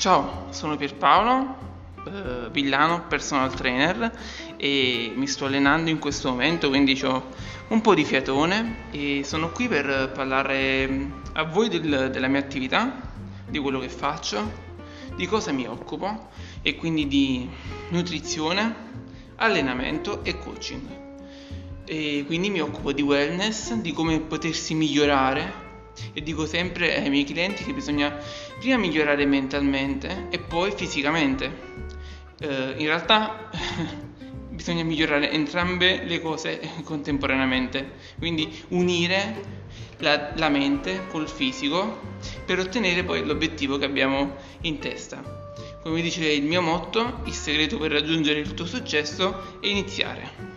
Ciao, sono Pierpaolo, Villano, personal trainer e mi sto allenando in questo momento, quindi ho un po' di fiatone e sono qui per parlare a voi della mia attività, di quello che faccio, di cosa mi occupo e quindi di nutrizione, allenamento e coaching. E quindi mi occupo di wellness, di come potersi migliorare e dico sempre ai miei clienti che bisogna prima migliorare mentalmente e poi fisicamente. In realtà bisogna migliorare entrambe le cose contemporaneamente, quindi unire la mente col fisico per ottenere poi l'obiettivo che abbiamo in testa. Come dice il mio motto, il segreto per raggiungere il tuo successo è iniziare.